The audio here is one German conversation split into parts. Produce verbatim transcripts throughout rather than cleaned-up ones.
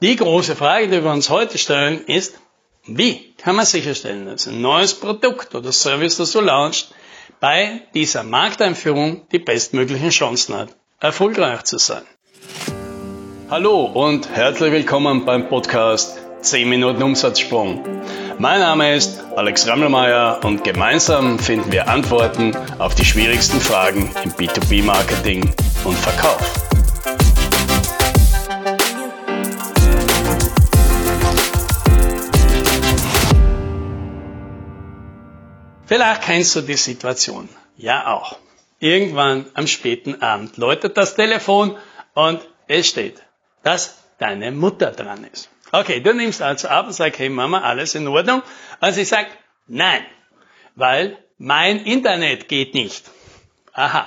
Die große Frage, die wir uns heute stellen, ist, wie kann man sicherstellen, dass ein neues Produkt oder Service, das so launcht, bei dieser Markteinführung die bestmöglichen Chancen hat, erfolgreich zu sein. Hallo und herzlich willkommen beim Podcast zehn Minuten Umsatzsprung. Mein Name ist Alex Rammelmeier und gemeinsam finden wir Antworten auf die schwierigsten Fragen im B zwei B Marketing und Verkauf. Vielleicht kennst du die Situation. Ja auch. Irgendwann am späten Abend läutet das Telefon und es steht, dass deine Mutter dran ist. Okay, du nimmst also ab und sagst, hey Mama, alles in Ordnung? Und sie sagt, nein, weil mein Internet geht nicht. Aha.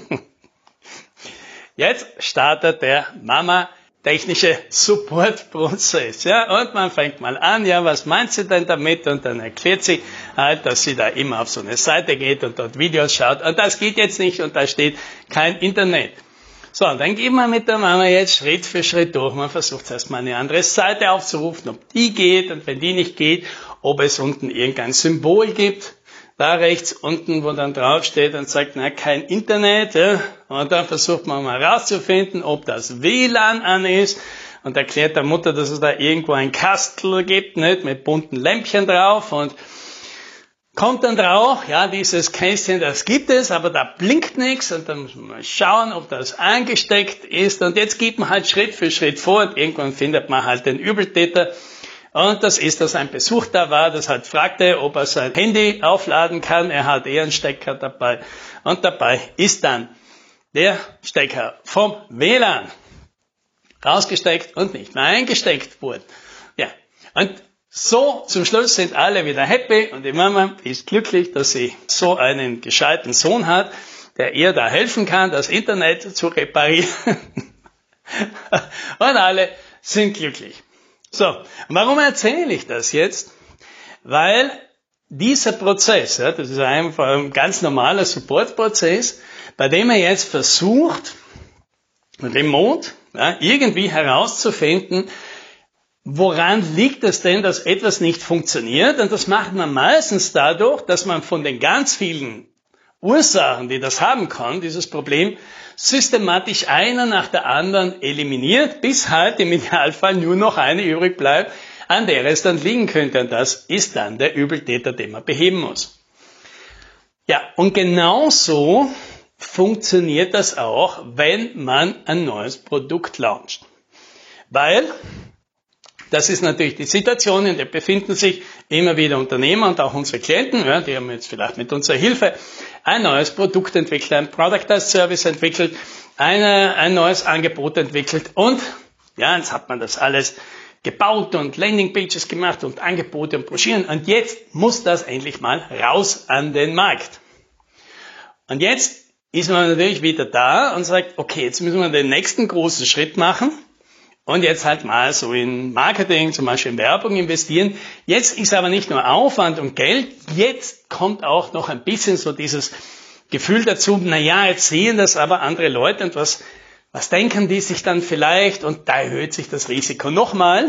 Jetzt startet der Mama technische Support-Prozess, ja, und man fängt mal an, ja, was meint sie denn damit? Und dann erklärt sie halt, dass sie da immer auf so eine Seite geht und dort Videos schaut und das geht jetzt nicht und da steht kein Internet. So, und dann geht man mit der Mama jetzt Schritt für Schritt durch. Man versucht erst mal eine andere Seite aufzurufen, ob die geht und wenn die nicht geht, ob es unten irgendein Symbol gibt. Da rechts unten, wo dann drauf steht und sagt, na, kein Internet, ja. Und dann versucht man mal rauszufinden, ob das W L A N an ist und erklärt der Mutter, dass es da irgendwo ein Kastel gibt, nicht, mit bunten Lämpchen drauf und kommt dann drauf, ja, dieses Kästchen, das gibt es, aber da blinkt nichts und dann muss man mal schauen, ob das eingesteckt ist und jetzt geht man halt Schritt für Schritt vor und irgendwann findet man halt den Übeltäter. Und das ist, dass ein Besuch da war, das halt fragte, ob er sein Handy aufladen kann. Er hat eher einen Stecker dabei. Und dabei ist dann der Stecker vom W L A N rausgesteckt und nicht mehr eingesteckt worden. Ja. Und so zum Schluss sind alle wieder happy und die Mama ist glücklich, dass sie so einen gescheiten Sohn hat, der ihr da helfen kann, das Internet zu reparieren. Und alle sind glücklich. So, und warum erzähle ich das jetzt? Weil dieser Prozess, ja, das ist einfach ein ganz normaler Support-Prozess, bei dem er jetzt versucht, remote, ja, irgendwie herauszufinden, woran liegt es denn, dass etwas nicht funktioniert? Und das macht man meistens dadurch, dass man von den ganz vielen Ursachen, die das haben kann, dieses Problem, systematisch einer nach der anderen eliminiert, bis halt im Idealfall nur noch eine übrig bleibt, an der es dann liegen könnte. Und das ist dann der Übeltäter, den man beheben muss. Ja, und genauso funktioniert das auch, wenn man ein neues Produkt launcht. Weil das ist natürlich die Situation, in der befinden sich immer wieder Unternehmer und auch unsere Klienten, ja, die haben jetzt vielleicht mit unserer Hilfe ein neues Produkt entwickelt, ein Product as Service entwickelt, eine, ein neues Angebot entwickelt und ja, jetzt hat man das alles gebaut und Landingpages gemacht und Angebote und Broschüren und jetzt muss das endlich mal raus an den Markt. Und jetzt ist man natürlich wieder da und sagt, okay, jetzt müssen wir den nächsten großen Schritt machen. Und jetzt halt mal so in Marketing, zum Beispiel in Werbung investieren. Jetzt ist aber nicht nur Aufwand und Geld, jetzt kommt auch noch ein bisschen so dieses Gefühl dazu, na ja, jetzt sehen das aber andere Leute und was, was denken die sich dann vielleicht? Und da erhöht sich das Risiko nochmal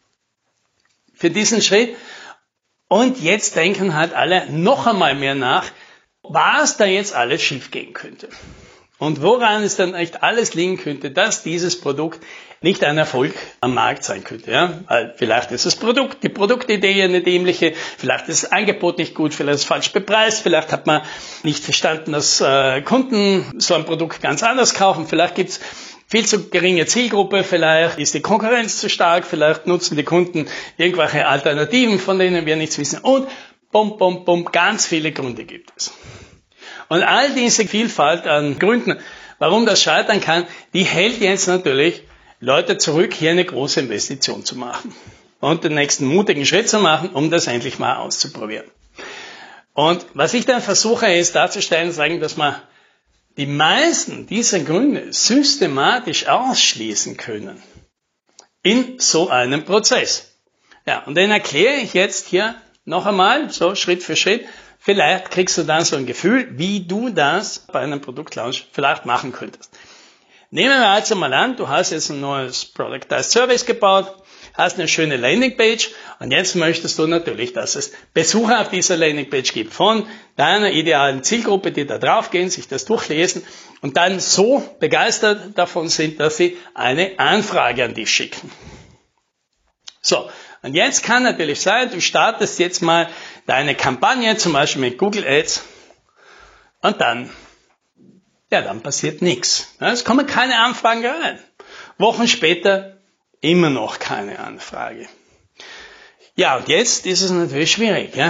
für diesen Schritt. Und jetzt denken halt alle noch einmal mehr nach, was da jetzt alles schiefgehen könnte. Und woran es dann echt alles liegen könnte, dass dieses Produkt nicht ein Erfolg am Markt sein könnte. Ja? Weil vielleicht ist das Produkt, die Produktidee eine dämliche, vielleicht ist das Angebot nicht gut, vielleicht ist es falsch bepreist, vielleicht hat man nicht verstanden, dass äh, Kunden so ein Produkt ganz anders kaufen, vielleicht gibt es viel zu geringe Zielgruppe, vielleicht ist die Konkurrenz zu stark, vielleicht nutzen die Kunden irgendwelche Alternativen, von denen wir nichts wissen und bum, bum, bum, ganz viele Gründe gibt es. Und all diese Vielfalt an Gründen, warum das scheitern kann, die hält jetzt natürlich Leute zurück, hier eine große Investition zu machen und den nächsten mutigen Schritt zu machen, um das endlich mal auszuprobieren. Und was ich dann versuche, ist darzustellen, sagen, dass man die meisten dieser Gründe systematisch ausschließen können in so einem Prozess. Ja, und den erkläre ich jetzt hier noch einmal, so Schritt für Schritt. Vielleicht kriegst du dann so ein Gefühl, wie du das bei einem Produktlaunch vielleicht machen könntest. Nehmen wir also mal an, du hast jetzt ein neues Product as Service gebaut hast eine schöne Landingpage und jetzt möchtest du natürlich, dass es Besucher auf dieser Landingpage gibt von deiner idealen Zielgruppe, die da draufgehen, sich das durchlesen und dann so begeistert davon sind, dass sie eine Anfrage an dich schicken. So, und jetzt kann natürlich sein, du startest jetzt mal deine Kampagne, zum Beispiel mit Google Ads, und dann, ja, dann passiert nichts. Es kommen keine Anfragen rein. Wochen später immer noch keine Anfrage. Ja, und jetzt ist es natürlich schwierig, ja.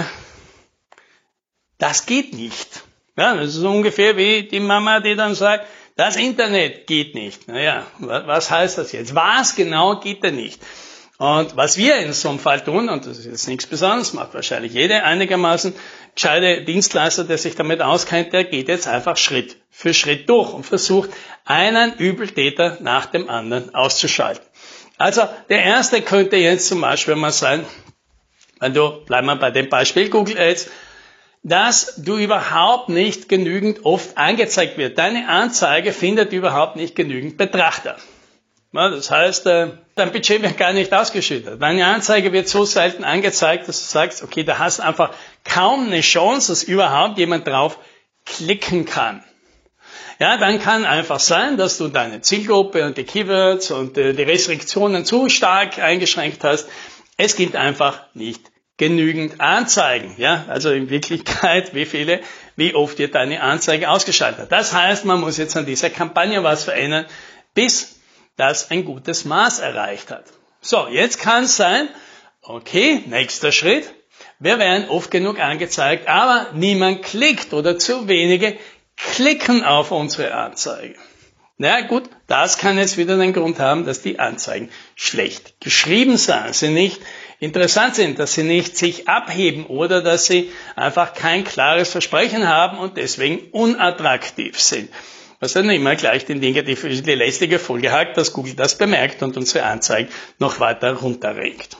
Das geht nicht. Ja, das ist ungefähr wie die Mama, die dann sagt, das Internet geht nicht. Naja, was heißt das jetzt? Was genau geht da nicht? Und was wir in so einem Fall tun, und das ist jetzt nichts Besonderes, macht wahrscheinlich jeder einigermaßen gescheite Dienstleister, der sich damit auskennt, der geht jetzt einfach Schritt für Schritt durch und versucht, einen Übeltäter nach dem anderen auszuschalten. Also der erste könnte jetzt zum Beispiel mal sein, wenn du, bleiben wir bei dem Beispiel Google Ads, dass du überhaupt nicht genügend oft angezeigt wird. Deine Anzeige findet überhaupt nicht genügend Betrachter. Ja, das heißt, dein Budget wird gar nicht ausgeschüttet. Deine Anzeige wird so selten angezeigt, dass du sagst, okay, da hast du einfach kaum eine Chance, dass überhaupt jemand drauf klicken kann. Ja, dann kann einfach sein, dass du deine Zielgruppe und die Keywords und die Restriktionen zu stark eingeschränkt hast. Es gibt einfach nicht genügend Anzeigen. Ja, also in Wirklichkeit, wie viele, wie oft wird deine Anzeige ausgeschaltet. Das heißt, man muss jetzt an dieser Kampagne was verändern, bis das ein gutes Maß erreicht hat. So, jetzt kann es sein, okay, nächster Schritt, wir werden oft genug angezeigt, aber niemand klickt oder zu wenige klicken auf unsere Anzeige. Na gut, das kann jetzt wieder den Grund haben, dass die Anzeigen schlecht geschrieben sind, dass sie nicht interessant sind, dass sie nicht sich abheben oder dass sie einfach kein klares Versprechen haben und deswegen unattraktiv sind. Was dann immer gleich die negative, die lästige Folge hat, dass Google das bemerkt und unsere Anzeigen noch weiter runterregt.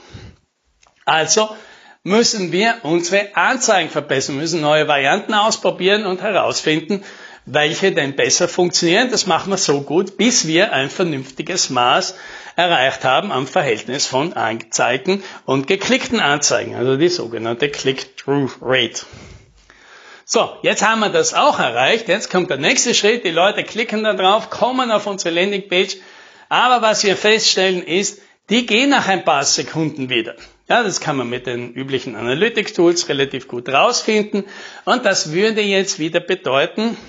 Also müssen wir unsere Anzeigen verbessern, müssen neue Varianten ausprobieren und herausfinden, welche denn besser funktionieren. Das machen wir so gut, bis wir ein vernünftiges Maß erreicht haben am Verhältnis von Anzeigen und geklickten Anzeigen, also die sogenannte Click-Through-Rate. So, jetzt haben wir das auch erreicht. Jetzt kommt der nächste Schritt. Die Leute klicken da drauf, kommen auf unsere Landingpage. Aber was wir feststellen ist, die gehen nach ein paar Sekunden wieder. Ja, das kann man mit den üblichen Analytics-Tools relativ gut rausfinden. Und das würde jetzt wieder bedeuten,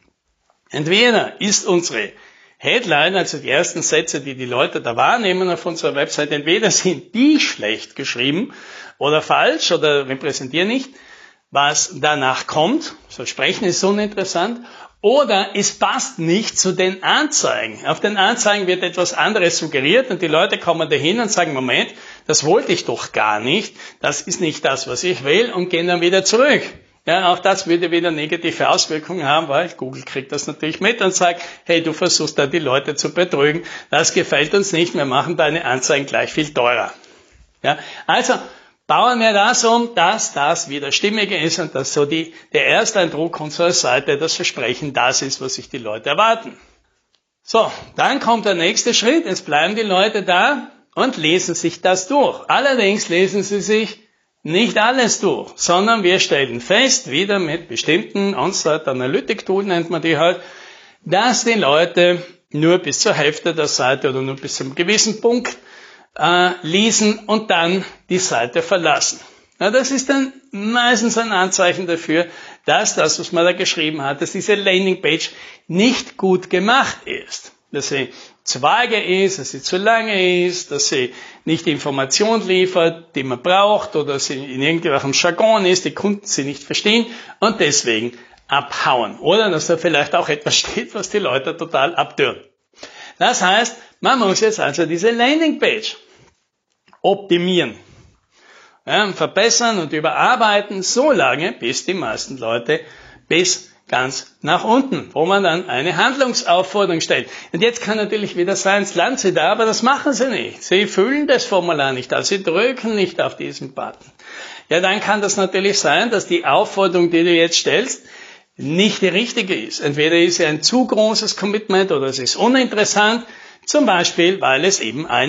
entweder ist unsere Headline, also die ersten Sätze, die die Leute da wahrnehmen auf unserer Website, entweder sind die schlecht geschrieben oder falsch oder repräsentieren nicht, was danach kommt, so sprechen ist uninteressant, oder es passt nicht zu den Anzeigen. Auf den Anzeigen wird etwas anderes suggeriert und die Leute kommen dahin und sagen, Moment, das wollte ich doch gar nicht, das ist nicht das, was ich will und gehen dann wieder zurück. Ja, auch das würde wieder negative Auswirkungen haben, weil Google kriegt das natürlich mit und sagt, hey, du versuchst da die Leute zu betrügen, das gefällt uns nicht, wir machen deine Anzeigen gleich viel teurer. Ja, also, bauen wir das um, dass das wieder stimmiger ist und dass so die, der Ersteindruck unserer Seite, das Versprechen, das ist, was sich die Leute erwarten. So, dann kommt der nächste Schritt. Jetzt bleiben die Leute da und lesen sich das durch. Allerdings lesen sie sich nicht alles durch, sondern wir stellen fest, wieder mit bestimmten On-Site Analytic Tool nennt man die halt, dass die Leute nur bis zur Hälfte der Seite oder nur bis zu einem gewissen Punkt Äh, lesen und dann die Seite verlassen. Na, das ist dann meistens ein Anzeichen dafür, dass das, was man da geschrieben hat, dass diese Landingpage nicht gut gemacht ist. Dass sie zu vage ist, dass sie zu lange ist, dass sie nicht die Information liefert, die man braucht, oder sie in irgendwelchem Jargon ist, die Kunden sie nicht verstehen und deswegen abhauen. Oder dass da vielleicht auch etwas steht, was die Leute total abtürnt. Das heißt, man muss jetzt also diese Landingpage optimieren, ja, verbessern und überarbeiten, so lange, bis die meisten Leute bis ganz nach unten, wo man dann eine Handlungsaufforderung stellt. Und jetzt kann natürlich wieder sein, es landet sie da, aber das machen sie nicht. Sie füllen das Formular nicht aus, sie drücken nicht auf diesen Button. Ja, dann kann das natürlich sein, dass die Aufforderung, die du jetzt stellst, nicht die richtige ist. Entweder ist sie ein zu großes Commitment oder es ist uninteressant, zum Beispiel, weil es eben ein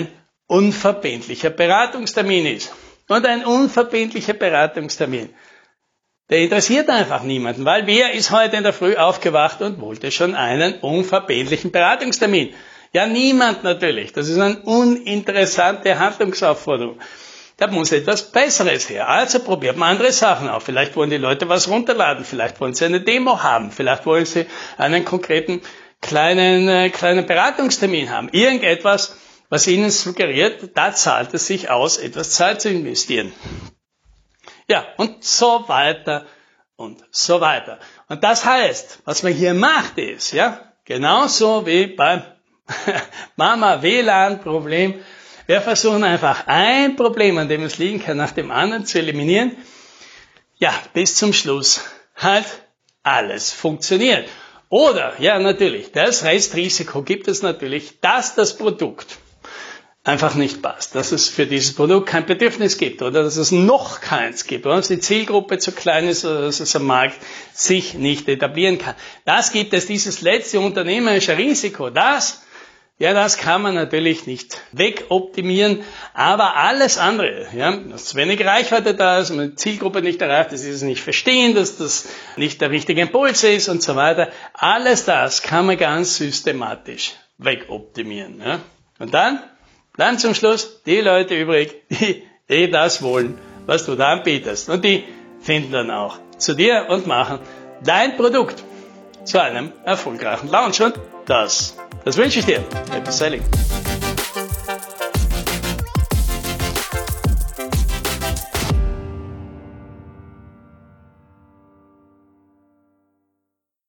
unverbindlicher Beratungstermin ist. Und ein unverbindlicher Beratungstermin, der interessiert einfach niemanden, weil wer ist heute in der Früh aufgewacht und wollte schon einen unverbindlichen Beratungstermin? Ja, niemand natürlich. Das ist eine uninteressante Handlungsaufforderung. Da muss etwas Besseres her. Also probiert man andere Sachen auf. Vielleicht wollen die Leute was runterladen, vielleicht wollen sie eine Demo haben, vielleicht wollen sie einen konkreten kleinen, äh, kleinen Beratungstermin haben. Irgendetwas, was ihnen suggeriert, da zahlt es sich aus, etwas Zeit zu investieren. Ja, und so weiter und so weiter. Und das heißt, was man hier macht ist, ja, genauso wie beim Mama W L A N-Problem. Wir versuchen einfach ein Problem, an dem es liegen kann, nach dem anderen zu eliminieren. Ja, bis zum Schluss halt alles funktioniert. Oder, ja natürlich, das Restrisiko gibt es natürlich, dass das Produkt einfach nicht passt, dass es für dieses Produkt kein Bedürfnis gibt oder dass es noch keins gibt oder dass die Zielgruppe zu klein ist oder dass es am Markt sich nicht etablieren kann. Das gibt es, dieses letzte unternehmerische Risiko, das, ja, das kann man natürlich nicht wegoptimieren, aber alles andere, ja, dass zu wenig Reichweite da ist, man die Zielgruppe nicht erreicht, dass sie es nicht verstehen, dass das nicht der richtige Impuls ist und so weiter, alles das kann man ganz systematisch wegoptimieren, ja. Und dann Dann zum Schluss die Leute übrig, die eh das wollen, was du da anbietest. Und die finden dann auch zu dir und machen dein Produkt zu einem erfolgreichen Launch. Und das, das wünsche ich dir. Happy Selling.